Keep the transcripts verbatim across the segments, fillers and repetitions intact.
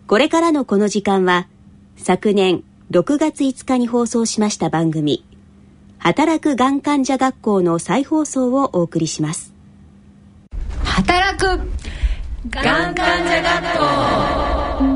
これからのこの時間は、昨年ろくがついつかに放送しました番組、働くがん患者学校の再放送をお送りします。 働くがん患者学校。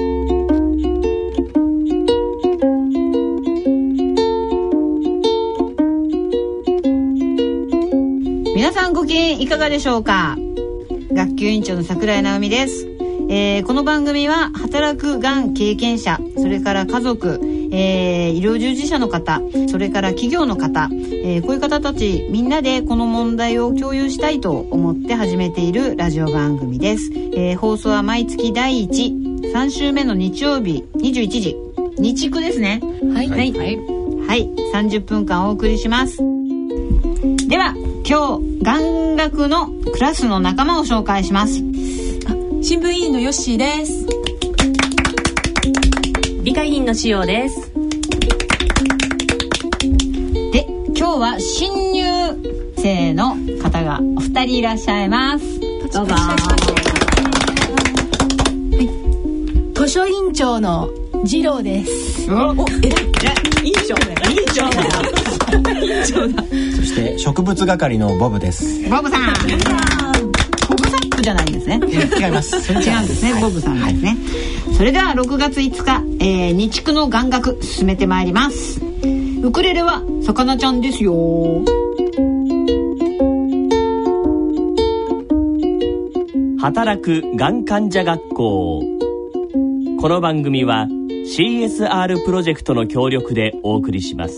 皆さんご機嫌いかがでしょうか。学級委員長の桜井直美です。えー、この番組は働くがん経験者、それから家族、えー、医療従事者の方、それから企業の方、えー、こういう方たちみんなでこの問題を共有したいと思って始めているラジオ番組です。えー、放送は毎月だいいち、さん週目の日曜日にじゅういちじ、日区ですね。はい、はい、はい、はい、さんじゅっぷんかんお送りします。では今日がん学のクラスの仲間を紹介します。 新聞委員のヨッシーです。 理科委員のしおです。 で、今日は新入生の方がお二人いらっしゃいます。どうぞ。はい、 図書委員長の次郎です。 お、お、えらい、委員長だよ。委員長だよ。委員長だ。 そして植物係のボブです。 ボブさん。ボブサップじゃないんですね。 違います。 それ違うんですね。はい、ボブさんですね。はい、それではろくがついつか、えー、日区のがん学進めてまいります。ウクレレはさかなちゃんですよ。 働くがん患者学校。この番組は シーエスアール プロジェクトの協力でお送りします。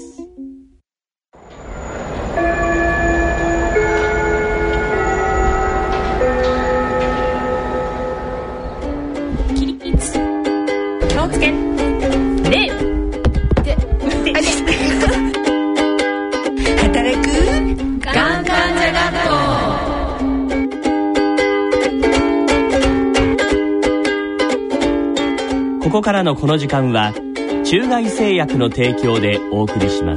ここからのこの時間は中外製薬の提供でお送りします。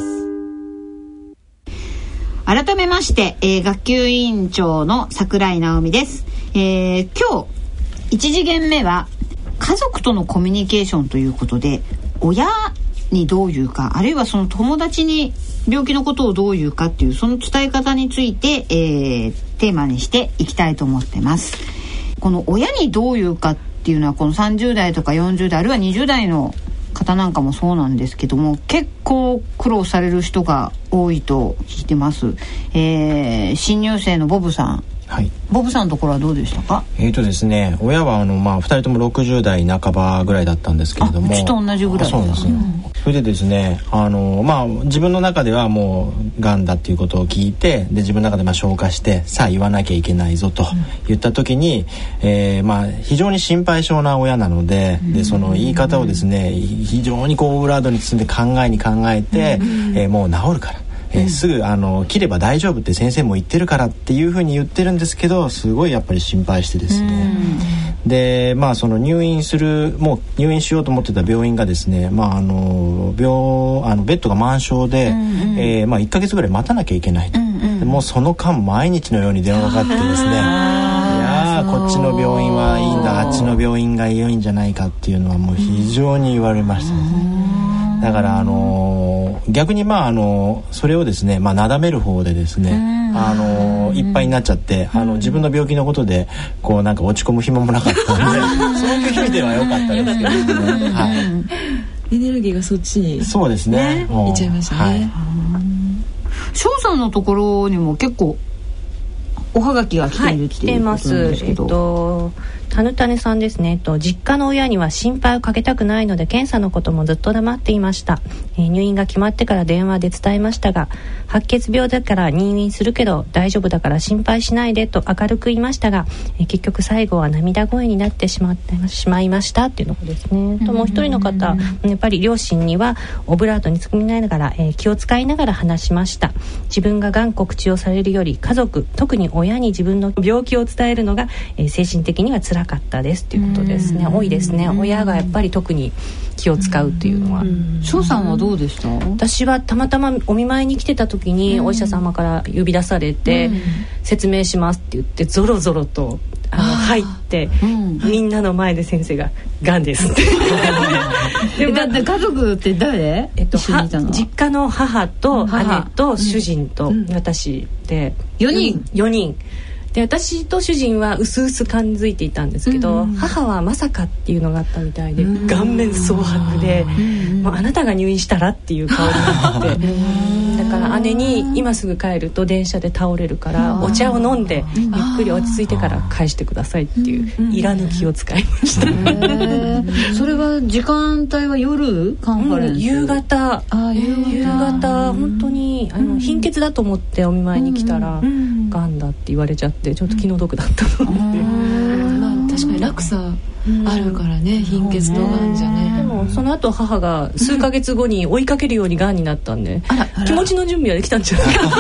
改めまして、えー、学級委員長の桜井直美です。えー、今日いち次元目は家族とのコミュニケーションということで、親にどういうか、あるいはその友達に病気のことをどういうかっていうその伝え方について、えー、テーマにしていきたいと思ってます。この親にどういうかっていうのは、このさんじゅう代とかよんじゅう代あるいはにじゅう代の方なんかもそうなんですけども、結構苦労される人が多いと聞いてます。えー、新入生のボブさん、はい、ボブさんのところはどうでしたか？ えーとですね、親はあの、まあ、ふたりともろくじゅう代半ばぐらいだったんですけれども、 うちと同じぐらい。 そうなんですよ、うん、それでですね、あの、まあ、自分の中ではもうがんだっていうことを聞いて、で自分の中でまあ消化して、さあ言わなきゃいけないぞと言った時に、うん、えーまあ、非常に心配性な親なので、うん、でその言い方をですね、非常にこうオブラードに包んで考えに考えて、うん、えー、もう治るから、えー、すぐあの切れば大丈夫って先生も言ってるからっていうふうに言ってるんですけど、すごいやっぱり心配してですね、でまあその入院するもう入院しようと思ってた病院がですね、まああの病あのベッドが満床で、うんうん、えー、まあいっかげつぐらい待たなきゃいけないと、うんうん、でもうその間毎日のように電話がかかってですね、いやーこっちの病院はいいんだ、あっちの病院が良いんじゃないかっていうのはもう非常に言われましたね。だからあのー、逆にまああのー、それをですね、まあ、なだめる方でですね、あのー、いっぱいになっちゃって、あの自分の病気のことでこうなんか落ち込む暇もなかったのでそういう意味では良かったですけどね、はい、 エネルギーがそっちに、 そうですね、 ね、いっちゃいましたね。 翔さんのところにも結構おはがきが来ているっていうことなんですけど、 はい、来てます。えっとタヌタネさんですね、えっと、実家の親には心配をかけたくないので検査のこともずっと黙っていました、えー、入院が決まってから電話で伝えましたが、白血病だから入院するけど大丈夫だから心配しないでと明るく言いましたが、えー、結局最後は涙声になってしまってしまいましたっていうのですね。ともう一人の方、やっぱり両親にはオブラートに包みながら、えー、気を使いながら話しました。自分が頑固口をされるより家族、特に親に自分の病気を伝えるのが、えー、精神的には辛かったですということですね。多いですね、親がやっぱり特に気を使うっていうのは。 翔さんはどうでした？ 私はたまたまお見舞いに来てた時にお医者様から呼び出されて、説明しますって言ってゾロゾロとあの入って、うん、みんなの前で先生ががんですってでだって家族って誰、 えっと、実家の母と姉と主人と私でよにんよにんで、私と主人は薄々感づいていたんですけど、うん、母はまさかっていうのがあったみたいで、うん、顔面蒼白で、うん、もうあなたが入院したらっていう顔になってだから姉に今すぐ帰ると電車で倒れるからお茶を飲んでゆっくり落ち着いてから返してくださいっていういらぬ気を使いました。 それは時間帯は夜カンファレンス、 うん、夕方あ夕方、夕方本当にあの貧血だと思ってお見舞いに来たら、うん、がんだって言われちゃってちょっと気の毒だったので、 まあ、確かに落差あるからね、うん、貧血とがんじゃね、 でもその後母が数ヶ月後に追いかけるようにがんになったんで、あらあら気持ちの準備はできたんじゃないか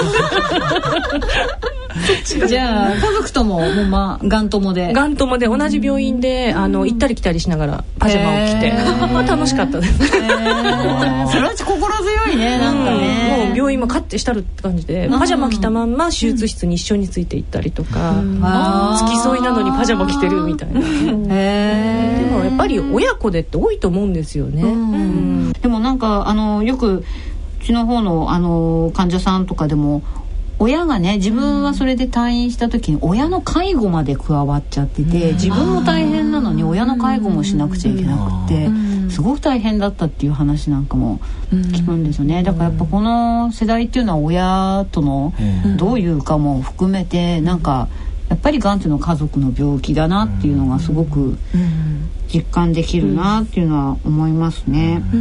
じゃあ家族とももう、まあ、がん友でがん友で同じ病院で、うん、あの行ったり来たりしながらパジャマを着て楽しかったですそれは心強いね、なんかね、 うん、もう病院もカッてしたるって感じでパジャマ着たまんま手術室に一緒について行ったりとか、うん、付き添いなのにパジャマ着てるみたいなへでもやっぱり親子でって多いと思うんですよね、うんうん、 でもなんかあのよくうちの方の、あの患者さんとかでも親がね自分はそれで退院した時に親の介護まで加わっちゃってて、自分も大変なのに親の介護もしなくちゃいけなくてすごく大変だったっていう話なんかも聞くんですよね。だからやっぱこの世代っていうのは親とのどういうかも含めてなんかやっぱりがんっていうのは家族の病気だなっていうのがすごく実感できるなっていうのは思いますね、うんうん、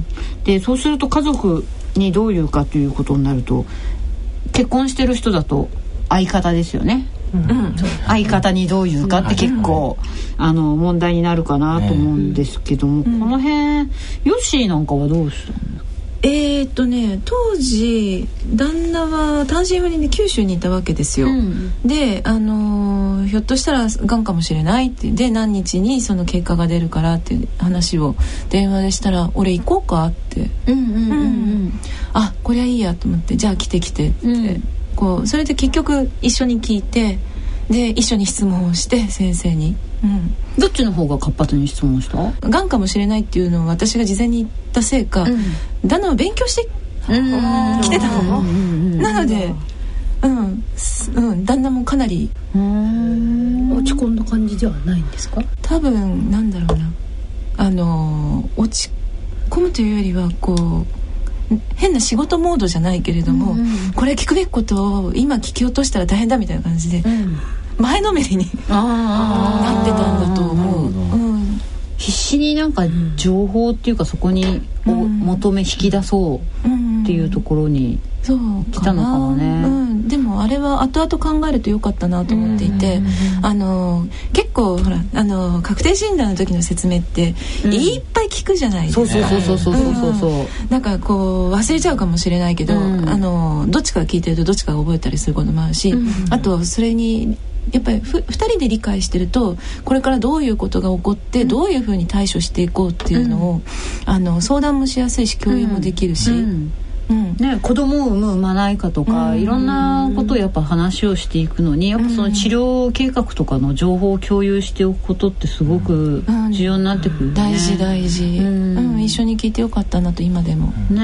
でそうすると家族にどういうかということになると結婚してる人だと相方ですよね、うん、相方にどういうかって結構、うん、あの問題になるかなと思うんですけども、うん、この辺ヨッシーなんかはどうしたんですか？ えーっとね当時旦那は単身赴任で九州にいたわけですよ、うん、で、あのー、ひょっとしたらがんかもしれないってで何日にその結果が出るからっていう話を電話でしたら俺行こうかって、うんうんうんうん、あこりゃいいやと思ってじゃあ来て来てって、うん、こうそれで結局一緒に聞いてで一緒に質問をして先生に、うん、 どっちの方が活発に質問した？ がんかもしれないっていうのを私が事前に言ったせいか、うん、旦那は勉強してきてたの、うん、なので、うんうん、旦那もかなり落ち込んだ感じではないんですか？ 多分なんだろうなあの落ち込むというよりはこう変な仕事モードじゃないけれども、うんうん、これ聞くべきことを今聞き落としたら大変だみたいな感じで、うん、前のめりになってたんだと思う、うん、 必死になんか情報っていうかそこにを求め引き出そうっていうところに来たのかもね、 うんうん、でもあれは後々考えるとよかったなと思っていて、うんうんうん、あの結構ほらあの確定診断の時の説明っていっぱい聞くじゃないですか、うん、 そうそうそうそうそうそうそう、 うん、なんかこう忘れちゃうかもしれないけど、うん、あのどっちかが聞いてるとどっちかが覚えたりすることもあるし、うん、あとそれにやっぱりふふたりで理解してるとこれからどういうことが起こってどういうふうに対処していこうっていうのを、うん、あの相談もしやすいし共有もできるし、うんうんね、子供を産む産まないかとか、うん、いろんなことをやっぱ話をしていくのにやっぱその治療計画とかの情報を共有しておくことってすごく重要になってくる、ねうん、 大事大事、うんうん、一緒に聞いてよかったなと今でもね、うん、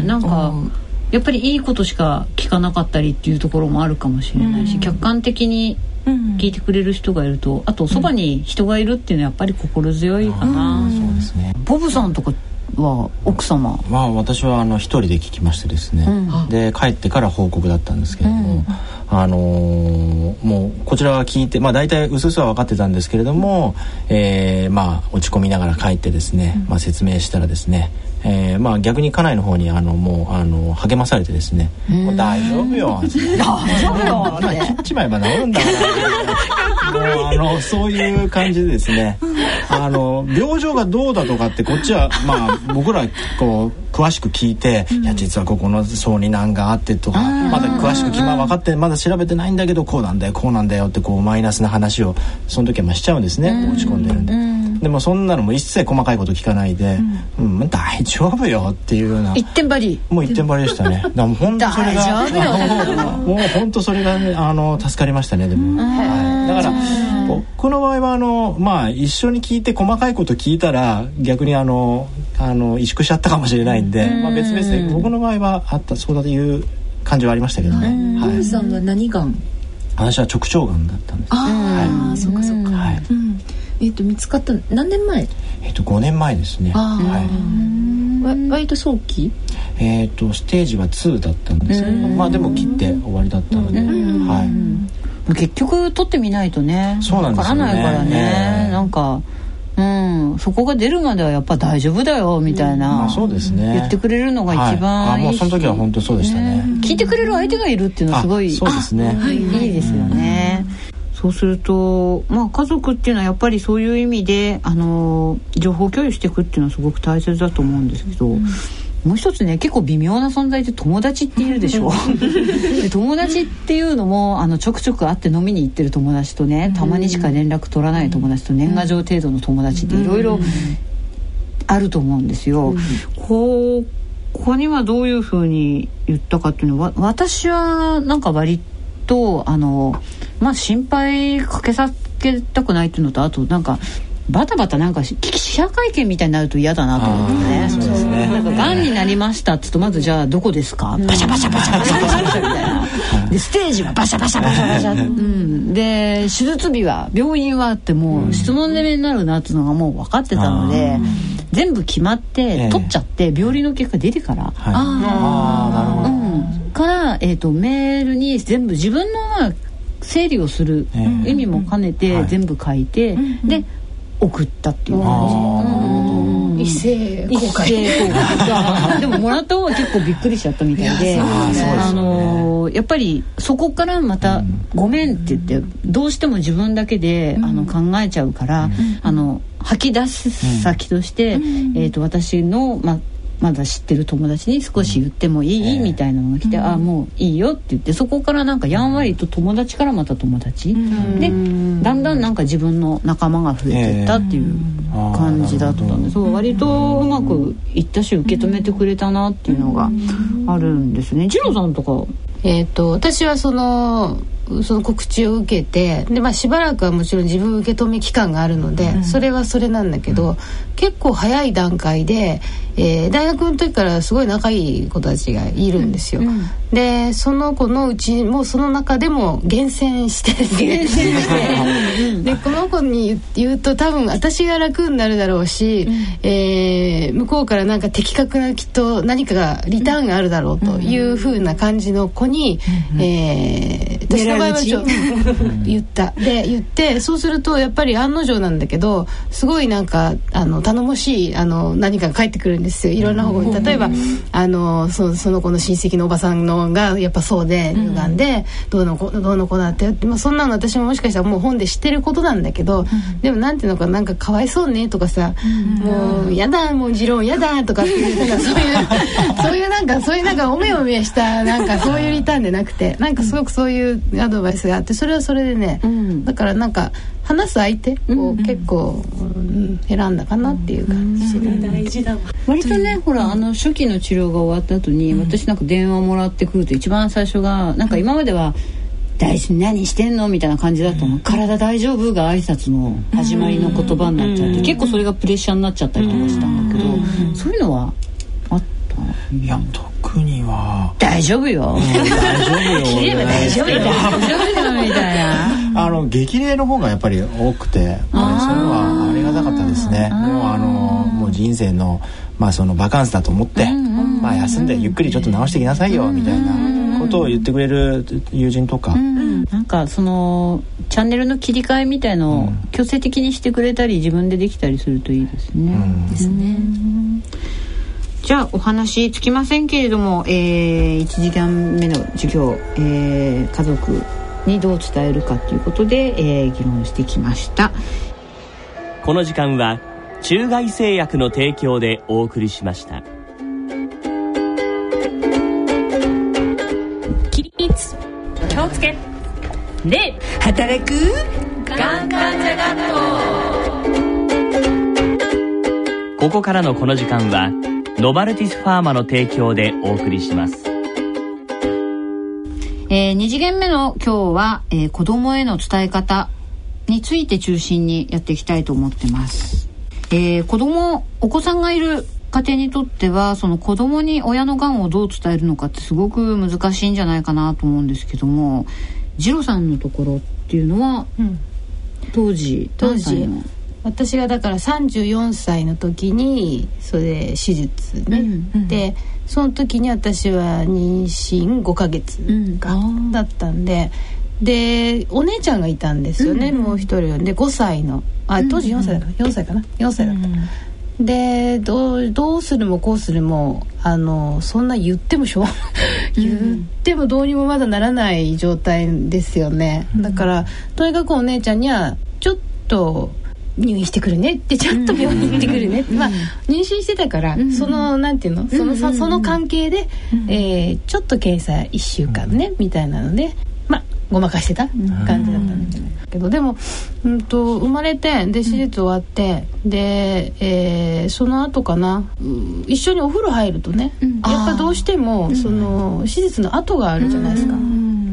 なんかやっぱりいいことしか聞かなかったりっていうところもあるかもしれないし、うん、客観的に聞いてくれる人がいるとあとそばに人がいるっていうのはやっぱり心強いかな、 うん、そうですね。 ボブさんとかは奥様は私はあの一人で聞きましてですね、うん、で帰ってから報告だったんですけれども、うん、あのー、もうこちらは聞いてまあ大体うすうすは分かってたんですけれども、えー、まあ落ち込みながら帰ってですね、まあ、説明したらですね、えー、まあ逆に家内の方にあのもうあの励まされてですね、もう大丈夫よ大丈夫よって切っちまえば治るんだからもうあのそういう感じでですねあの病状がどうだとかってこっちはまあ僕らこう詳しく聞いて、うん、いや実はここの層に難があってとかまだ詳しく今分かってまだ調べてないんだけどこうなんだよこうなんだよってこうマイナスな話をその時はまあしちゃうんですね、うん、落ち込んでるんで、うん、 でもそんなのも一切細かいこと聞かないで、うんうん、大丈夫よっていうような一点張りもう一点張りでしたね。だからもう本当それが大丈夫よもう本当それが、ね、あの助かりましたね。でも、はい、だから僕の場合はあの、まあ、一緒に聞いて細かいこと聞いたら逆にあのあの萎縮しちゃったかもしれないんで、まあ、別々で僕の場合はあったそうだという感じはありましたけどね。 はい、さんは何がん？ 私は直腸がんだったんです。 ああ、はい、そうかそうか。 はい、うん、 えっと見つかった何年前？ えっとごねんまえですね。 はい。割と早期？ えっとステージはにだったんですけど、まあでも切って終わりだったので、はい。 結局取ってみないとね。 そうなんですよね。 わからないからね。なんか。うん、そこが出るまではやっぱ大丈夫だよみたいな、うん、まあ、そうですね、言ってくれるのが一番いいし、はい、あ、もうその時は本当そうでしたね、聞いてくれる相手がいるっていうのはすごい、 そうですね、 いいですよね、うん、そうすると、まあ、家族っていうのはやっぱりそういう意味であの情報共有していくっていうのはすごく大切だと思うんですけど、うん、もう一つね結構微妙な存在で友達っているでしょで友達っていうのもあのちょくちょく会って飲みに行ってる友達とね、たまにしか連絡取らない友達と年賀状程度の友達っていろいろあると思うんですよ、うん、こうここにはどういうふうに言ったかっていうのは、私はなんか割とあの、まあ、心配かけさせたくないっていうのと、あとなんかバタバタなんか記者会見みたいになると嫌だなと思ってね。そうですね。なんかがんになりましたって言うとまずじゃあどこですか？バシャバシャバシャバシャバシャバシャみたいな。でステージはバシャバシャバシャバシャ。うん。で手術日は病院はってもう質問攻めになるなっていうのがもう分かってたので、全部決まって取っちゃって病理の結果出てから。ああ、なるほど。うん。からえっとメールに全部自分の整理をする意味も兼ねて全部書いてで。送ったっていう感じ。 一斉公開。一斉公開。でももらった方は結構びっくりしちゃったみたいで、あのやっぱりそこからまたごめんって言ってどうしても自分だけであの考えちゃうから、あの吐き出す先として、えっと私のまあまだ知ってる友達に少し言ってもいい、うん、みたいなのが来て、うん、あもういいよって言って、そこからなんかやんわりと友達からまた友達、うん、でだんだんなんか自分の仲間が増えてったっていう感じだったんで、そう割とうまくいったし受け止めてくれたなっていうのがあるんですね。次郎さんとか、 えーと、私はそのその告知を受けてで、まあ、しばらくはもちろん自分受け止め期間があるので、うん、それはそれなんだけど、うん、結構早い段階で、えー、大学の時からすごい仲いい子たちがいるんですよ、うん、でその子のうちもその中でも厳選して厳選してでこの子に言うと多分私が楽になるだろうし、うん、えー、向こうからなんか的確なきっと何かがリターンがあるだろうという風な感じの子に、うん、えー、私の場合はちょっと言ったで言ってそうするとやっぱり案の定なんだけどすごいなんかあの頼もしいあの何かが返ってくるんですよ、いろんな方向に。例えばあの そ, その子の親戚のおばさんのがやっぱそうで乳がんでどうの子どうの子だって、まあ、そんなの私ももしかしたらもう本で知ってることなんだけど、でもなんていうのかなんかかわいそうねとかさ、もうやだもう次郎やだとかっていうなんかそういうそういうなんかそういうなんかおめおめしたなんかそういうリターンでなくて、なんかすごくそういうアドバイスがあって、それはそれでね、うん、だからなんか話す相手を結構、うんうん、選んだかなっていう感じで、うん、大事だわ。 割とね、ほらあの初期の治療が終わった後に、うん、私なんか電話もらってくると一番最初がなんか今までは大事何してんのみたいな感じだったの、うん、体大丈夫が挨拶の始まりの言葉になっちゃって、うん、結構それがプレッシャーになっちゃったりとかしたんだけど、うん、そういうのはあった？ いや特には大丈夫よ、うん、大丈夫よ切れば大丈夫よ大丈夫よみたいなあの激励の方がやっぱり多くて、ね、それはありがたかったですね。でもあのもう人生のまあそのバカンスだと思って、まあ休んでゆっくりちょっと直してきなさいよみたいなことを言ってくれる友人とか、うん、 なんかそのチャンネルの切り替えみたいのを強制的にしてくれたり自分でできたりするといいですね、うん、ですね。じゃあお話つきませんけれども、えー、いちじかんめの授業、えー、家族にどう伝えるかということで、えー、議論してきました。 この時間は中外製薬の提供でお送りしました。 起立、気をつけ、礼、働くがん患者学校。 ここからのこの時間はノバルティスファーマの提供でお送りします。 えー、に次元目の今日は、えー、子どもへの伝え方について中心にやっていきたいと思ってます。えー、子どもお子さんがいる家庭にとってはその子どもに親のがんをどう伝えるのかってすごく難しいんじゃないかなと思うんですけども、ジロさんのところっていうのは、うん、当時当時私がだからさんじゅうよんさいの時にそれ手術ね、うんうん、でその時に私は妊娠ごかげつだったんで、うん、でお姉ちゃんがいたんですよね、うん、もう一人でごさいのあ当時よんさいだからよんさいかなよんさいだった、うん、でどう、どうするもこうするもあのそんな言ってもしょう言ってもどうにもまだならない状態ですよね、うん、だからとにかくお姉ちゃんにはちょっと入院してくるねってちゃんと病院に行ってくるねって、まあ、妊娠してたから、うん、そのなんていうのそのさ、その関係で、うんえー、ちょっと検査いっしゅうかんね、うん、みたいなのでまあごまかしてた感じだったんだけど、でも、うんと、生まれてで手術終わって、うん、で、えー、その後かな、うん、一緒にお風呂入るとね、うん、やっぱどうしてもその手術の跡があるじゃないですか、うん、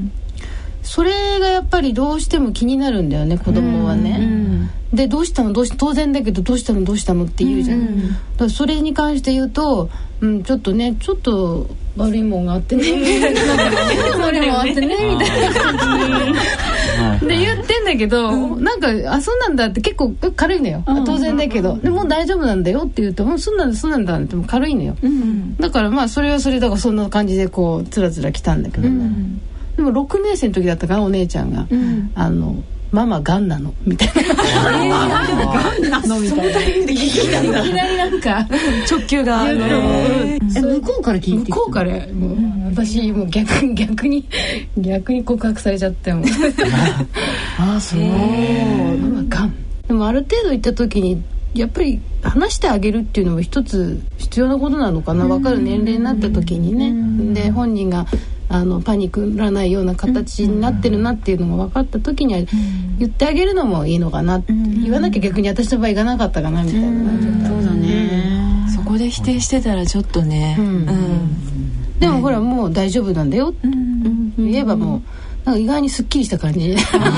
それがやっぱりどうしても気になるんだよね子供はね、うんでどうしたのどうし当然だけどどうしたのどうしたのって言うじゃん、うん、だからそれに関して言うと、うん、ちょっとねちょっと悪いもんがあってねみたいな悪いもんあってねみたいな感じで言ってんだけど、うん、なんかあそうなんだって結構軽いのよ、うん、当然だけどでもう大丈夫なんだよって言うともうそうなんだそうなんだっても軽いのよ、うん、だからまあそれはそれだからそんな感じでこうつらつら来たんだけどね、うん、でもろくねん生の時だったからお姉ちゃんが、うん、あのママガンなのみたいなガンなのみたいないきなりなんか直球が向こうから聞いて向こうからもう私もう逆に逆に逆に告白されちゃってもああそうママガンでもある程度行った時にやっぱり話してあげるっていうのも一つ必要なことなのかな分かる年齢になった時にねで本人があのパニクらないような形になってるなっていうのが分かった時には言ってあげるのもいいのかなって言わなきゃ逆に私の場合いかなかったかなみたいな感じだった。 そうだね、そこで否定してたらちょっとね、うんうん、 でもほらもう大丈夫なんだよって言えばもうなんか意外にすっきりした感じ意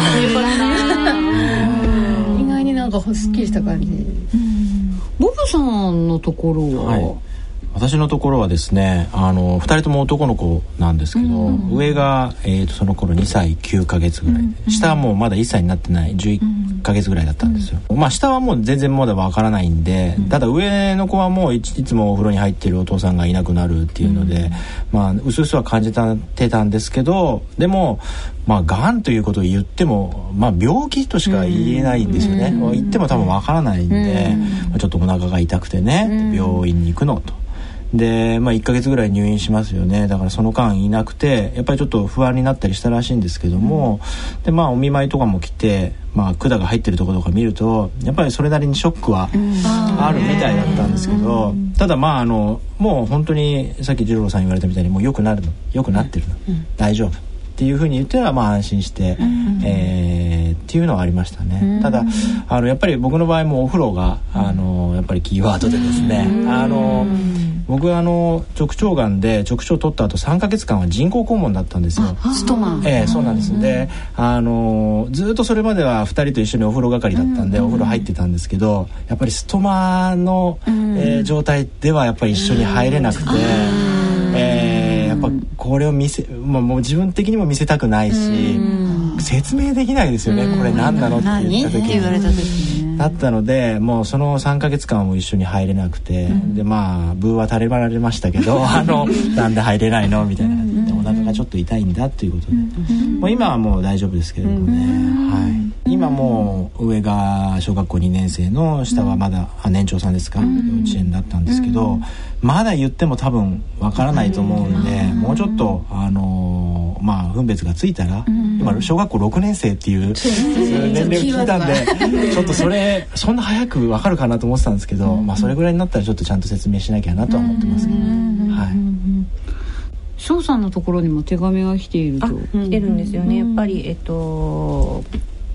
外になんかすっきりした感じ。 ボブさんのところは、はい私のところはですねあのふたりとも男の子なんですけど、うんうん、上が、えー、とその頃にさいきゅうかげつぐらいで、うんうん、下はもうまだいっさいになってないじゅういっかげつぐらいだったんですよ、うん、まあ下はもう全然まだわからないんで、うん、ただ上の子はもういつもお風呂に入ってるお父さんがいなくなるっていうので、うん、まあうすうすは感じてたんですけどでもまあがんということを言ってもまあ病気としか言えないんですよね、うん、言っても多分わからないんで、うんまあ、ちょっとお腹が痛くてね、うん、病院に行くのとで、まあ、いっかげつぐらい入院しますよね。だからその間いなくてやっぱりちょっと不安になったりしたらしいんですけども、うん、でまあお見舞いとかも来て、まあ、管が入ってるところとか見るとやっぱりそれなりにショックはあるみたいだったんですけど、うん、ただまああのもう本当にさっき次郎さん言われたみたいにもう良くなるの良くなってるの、うん、大丈夫っていうふうに言ってはまあ安心して、うんえー、っていうのはありましたね、うん、ただあのやっぱり僕の場合もお風呂があのやっぱりキーワードでですね、うん、あの僕はあの直腸がんで直腸を取った後さんかげつかんは人工肛門だったんですよ。 ストマン、 えー、そうなんです、うん、であのずっとそれまではふたりと一緒にお風呂係だったんで、うん、お風呂入ってたんですけどやっぱりストマの、うんえー、状態ではやっぱり一緒に入れなくて、うんえー、やっぱこれを見せ、まあ、もう自分的にも見せたくないし、うん、説明できないですよね、うん、これ何なのって言った時に言われた時にだったのでもうそのさんかげつかんも一緒に入れなくて、うん、でまあブーは垂れられましたけどあのなんで入れないのみたいな感じでお腹がちょっと痛いんだということで、うん、もう今はもう大丈夫ですけれどもね、うんはい、今もう上が小学校にねん生の下はまだ、うん、年長さんですか、うん、幼稚園だったんですけど、うん、まだ言っても多分わからないと思うんで、うん、もうちょっとあのー、まあ分別がついたら、うん、今小学校ろくねん生っていう年齢を聞いたんでちょっとそれそんな早くわかるかなと思ってたんですけど、うんまあ、それぐらいになったらちょっとちゃんと説明しなきゃなとは思ってますけどね、はい、 翔さんのところにも手紙が来ていると来てるんですよね。やっぱり、えっと、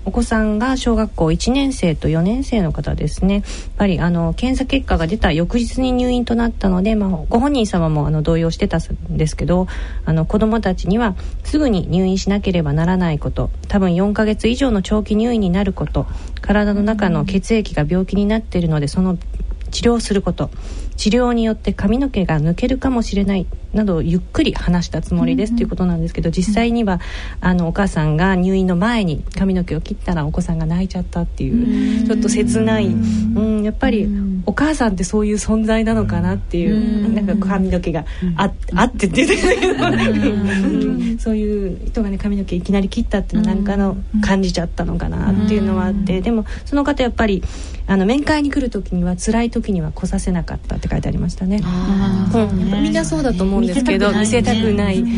お子さんが小学校いちねん生とよねん生の方ですね。やっぱりあの検査結果が出た翌日に入院となったので、まあ、ご本人様もあの動揺してたんですけど、あの子どもたちにはすぐに入院しなければならないこと、多分よんかげつ以上の長期入院になること、体の中の血液が病気になっているのでその治療をすること、治療によって髪の毛が抜けるかもしれないなどをゆっくり話したつもりです、うん、ということなんですけど、実際にはあのお母さんが入院の前に髪の毛を切ったらお子さんが泣いちゃったっていう、うん、ちょっと切ない、うん、やっぱりお母さんってそういう存在なのかなっていう、うん、なんか髪の毛があ、うん、あってって言ってたけど、うん、そういう人がね髪の毛いきなり切ったっていうのなんかの感じちゃったのかなっていうのはあって、でもその方やっぱりあの面会に来る時には辛い時には来させなかったって書いてありましたね。あ、うんね、みんなそうだと思うんですけど見せたくない、うん、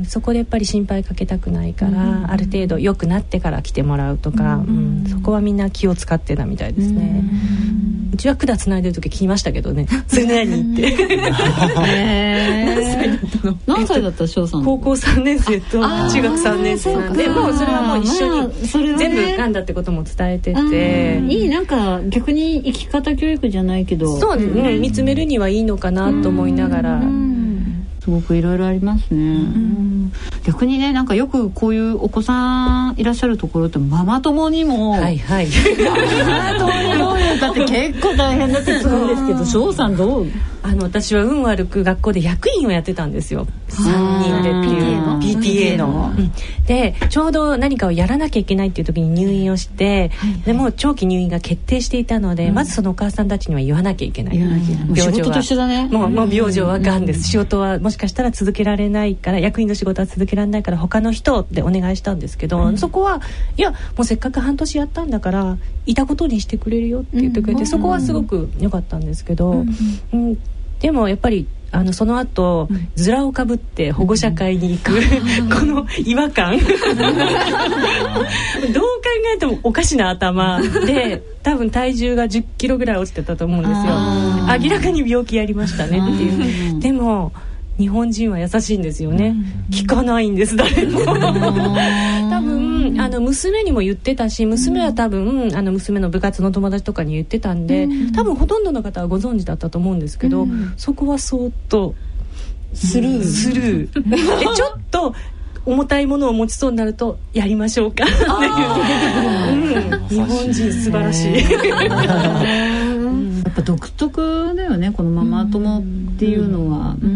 そこでやっぱり心配かけたくないから、うん、ある程度良くなってから来てもらうとか、うんうん、そこはみんな気を使ってたみたいですね。うん、うちは管つないでる時聞きましたけどねそれ何って何歳だった翔さん？ 高校さんねん生と中学さんねん生なんで、もうそれはもう一緒に全部がんだってことも伝えてて、 いい、なんか逆に生き方教育じゃないけど、 そうですね、うん、見つめるにはいいのかなと思いながら、うん、 すごくいろいろありますね、うん、逆にね、なんかよくこういうお子さんいらっしゃるところってママ友にも、 はいはいママ友にもだって結構大変だってそうですけど、翔さんどう？ あの私は運悪く学校で役員をやってたんですよ、さんにんでっていう ピーティーエー の、うん、でちょうど何かをやらなきゃいけないっていう時に入院をして、はいはい、でもう長期入院が決定していたので、うん、まずそのお母さんたちには言わなきゃいけない、うん、 病状は仕事と一緒だね、 もう、もう病状はがんです、うん、仕事はもしかしたら続けられないから、役員の仕事は続けられないから他の人でお願いしたんですけど、うん、そこはいやもうせっかく半年やったんだからいたことにしてくれるよって言ってくれて、うん、そこはすごく良かったんですけど、うんうん、でもやっぱりあのその後、うん、ズラをかぶって保護者会に行く、うん、この違和感どう考えてもおかしな頭で、多分体重がじゅっキロぐらい落ちてたと思うんですよ。明らかに病気やりましたねっていう。でも日本人は優しいんですよね、うん、聞かないんです誰も多分あの娘にも言ってたし、娘は多分あの娘の部活の友達とかに言ってたんで、うん、多分ほとんどの方はご存知だったと思うんですけど、うん、そこはそーっとスルー、うん、スルーでちょっと重たいものを持ちそうになるとやりましょうかっていう、うん、日本人素晴らしいやっぱ独特だよね、このママ友っていうのは、うん、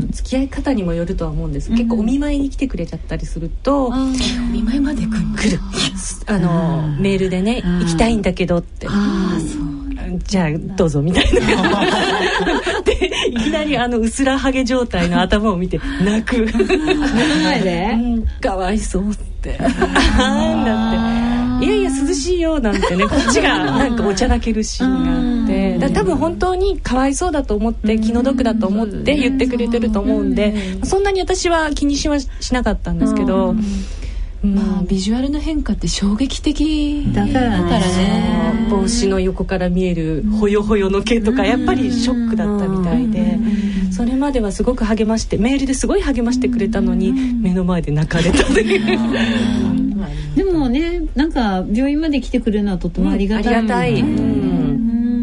付き合い方にもよるとは思うんです、うん、結構お見舞いに来てくれちゃったりすると、うん、お見舞いまで来るあの、うん、メールでね、行きたいんだけどって、ああそうじゃあどうぞみたいなでいきなりあの薄らはげ状態の頭を見て泣く前で、 うん、かわいそうってあーだっていやいや涼しいよなんてねこっちがなんかおちゃらけるシーンがあって、だ多分本当にかわいそうだと思って気の毒だと思って言ってくれてると思うんで、そんなに私は気にしはしなかったんですけど、 まあビジュアルの変化って衝撃的だからね、 帽子の横から見えるほよほよの毛とかやっぱりショックだったみたいで、それまではすごく励ましてメールですごい励ましてくれたのに目の前で泣かれたというでもね、なんか病院まで来てくれるのはとてもありがたい、 うん、ありがたい、うん、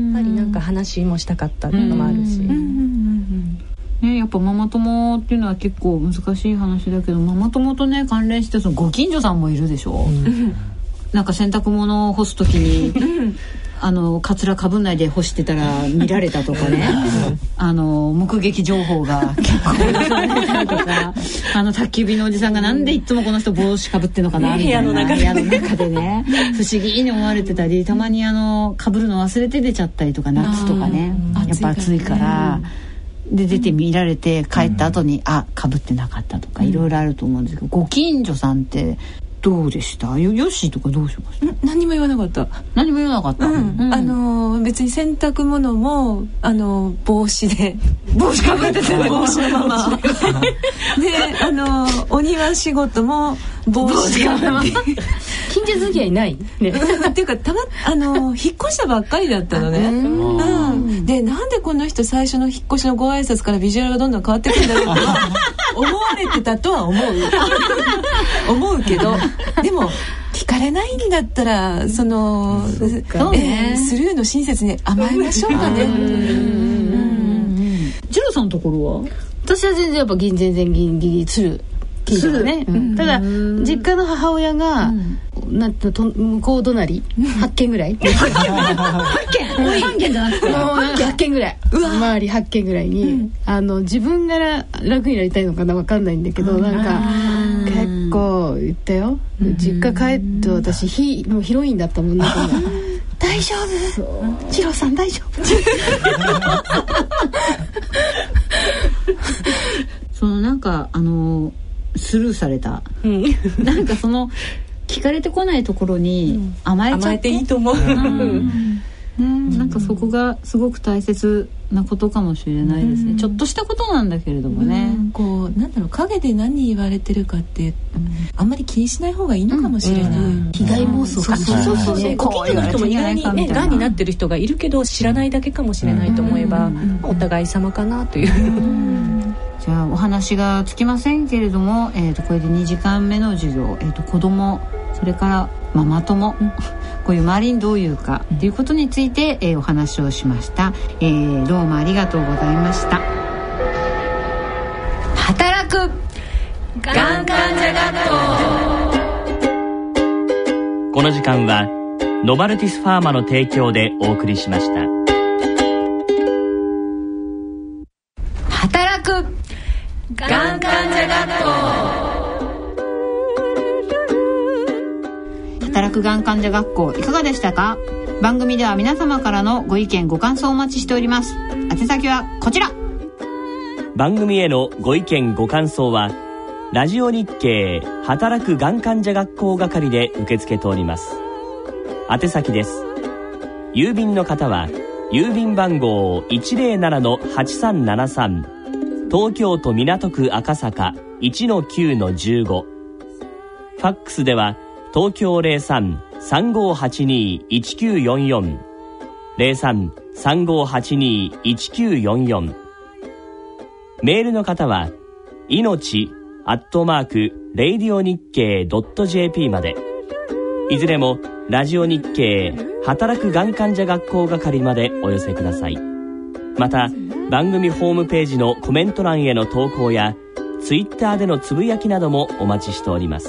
やっぱりなんか話もしたかったのもあるし、 ね、やっぱママ友っていうのは結構難しい話だけど、ママ友とね関連してそのご近所さんもいるでしょ、うん、なんか洗濯物を干すときにあのカツラかぶんないで干してたら見られたとかねあの目撃情報が結構出されたりとかあの宅急便のおじさんがなんでいつもこの人帽子かぶってんのかなみたいな、ね、部屋の中でね不思議に思われてたり、たまにあのかぶるの忘れて出ちゃったりとか、夏とかねやっぱ暑いからで出て見られて帰った後に、うん、あかぶってなかったとかいろいろあると思うんですけど、ご近所さんってどうでした？よよしとかどうしました？ 何も言わなかった。 何も言わなかった、 うんうん、あの別に洗濯物もあの帽子で帽子かぶってて帽子のままで、あのお庭仕事も帽子かぶって近所付き合いない、ね、 っていうかたまあの引っ越したばっかりだったのね、うん、でなんでこの人最初の引っ越しのご挨拶からビジュアルがどんどん変わってくるんだろうとは思われてたとは思う思うけど、でも聞かかれないんだったらそのそ、ねえー、スルーの親切に甘えましょうかね。 ジロさんのところは？ 私は全然やっぱ全然ギリギリする近所がね、うん、ただ実家の母親が、うん、なんてと向こう隣はっけんぐらいはっけんさんけんじゃなくてはっけんぐらい周りはっけんぐらいに、うん、あの自分が楽になりたいのかな分かんないんだけど、うん、なんか結構言ったよ、うん、実家帰って私ヒもうヒロインだったもんね大丈夫チロさん大丈夫そのなんかあのスルーされた、うん、なんかその聞かれてこないところに甘えちゃって、甘えていいと思う、うんうん、なんかそこがすごく大切なことかもしれないですね、うん、ちょっとしたことなんだけれどもね、 うん、こうなんだろう陰で何言われてるかって、うん、あんまり気にしない方がいいのかもしれない、うんうん、 被害妄想か、 そうそうそうそう、ご近所の人も意外にねがんになってる人がいるけど知らないだけかもしれないと思えば、うん、お互い様かなという、 うんじゃあお話がつきませんけれども、えー、とこれでにじかんめの授業、えー、と子供それからママ友、うん、こういう周りにどういうかということについて、えー、お話をしました、えー、どうもありがとうございました。 働くがん患者学校。この時間はノバルティスファーマの提供でお送りしました。 働くがん患者学校。 働くがん患者学校いかがでしたか？番組では皆様からのご意見ご感想をお待ちしております。宛先はこちら。 番組へのご意見ご感想はラジオ日経働くがん患者学校係で受け付けております。宛先です。郵便の方は郵便番号 いちまるななのはちさんななさん 東京都港区赤坂 いちのきゅうのじゅうご。 ファックスでは東京 ゼロさん さんごはちに いちきゅうよんよん ゼロさん さんごはちに いちきゅうよんよん。メールの方は、いのちアットマークレイディオ日経ドットジェーピー まで。いずれもラジオ日経働くがん患者学校係までお寄せください。また番組ホームページのコメント欄への投稿やツイッターでのつぶやきなどもお待ちしております。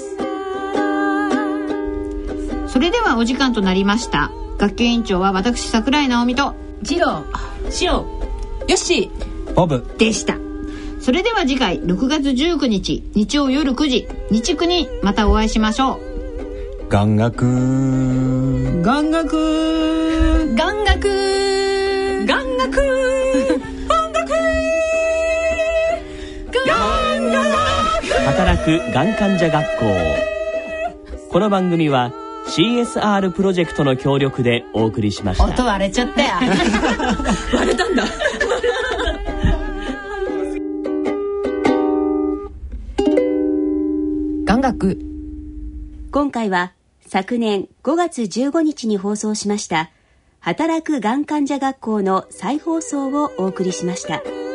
それではお時間となりました。学級委員長は私桜井直美と次郎しおよしボブでした。それでは次回ろくがつじゅうくにち日曜夜くじ日区にまたお会いしましょう。 眼学眼学眼学眼学働くがん患者学校。この番組は シーエスアール プロジェクトの協力でお送りしました。 音割れちゃったよ割れたんだ眼学。 今回は昨年ごがつじゅうごにちに放送しました働くがん患者学校の再放送をお送りしました。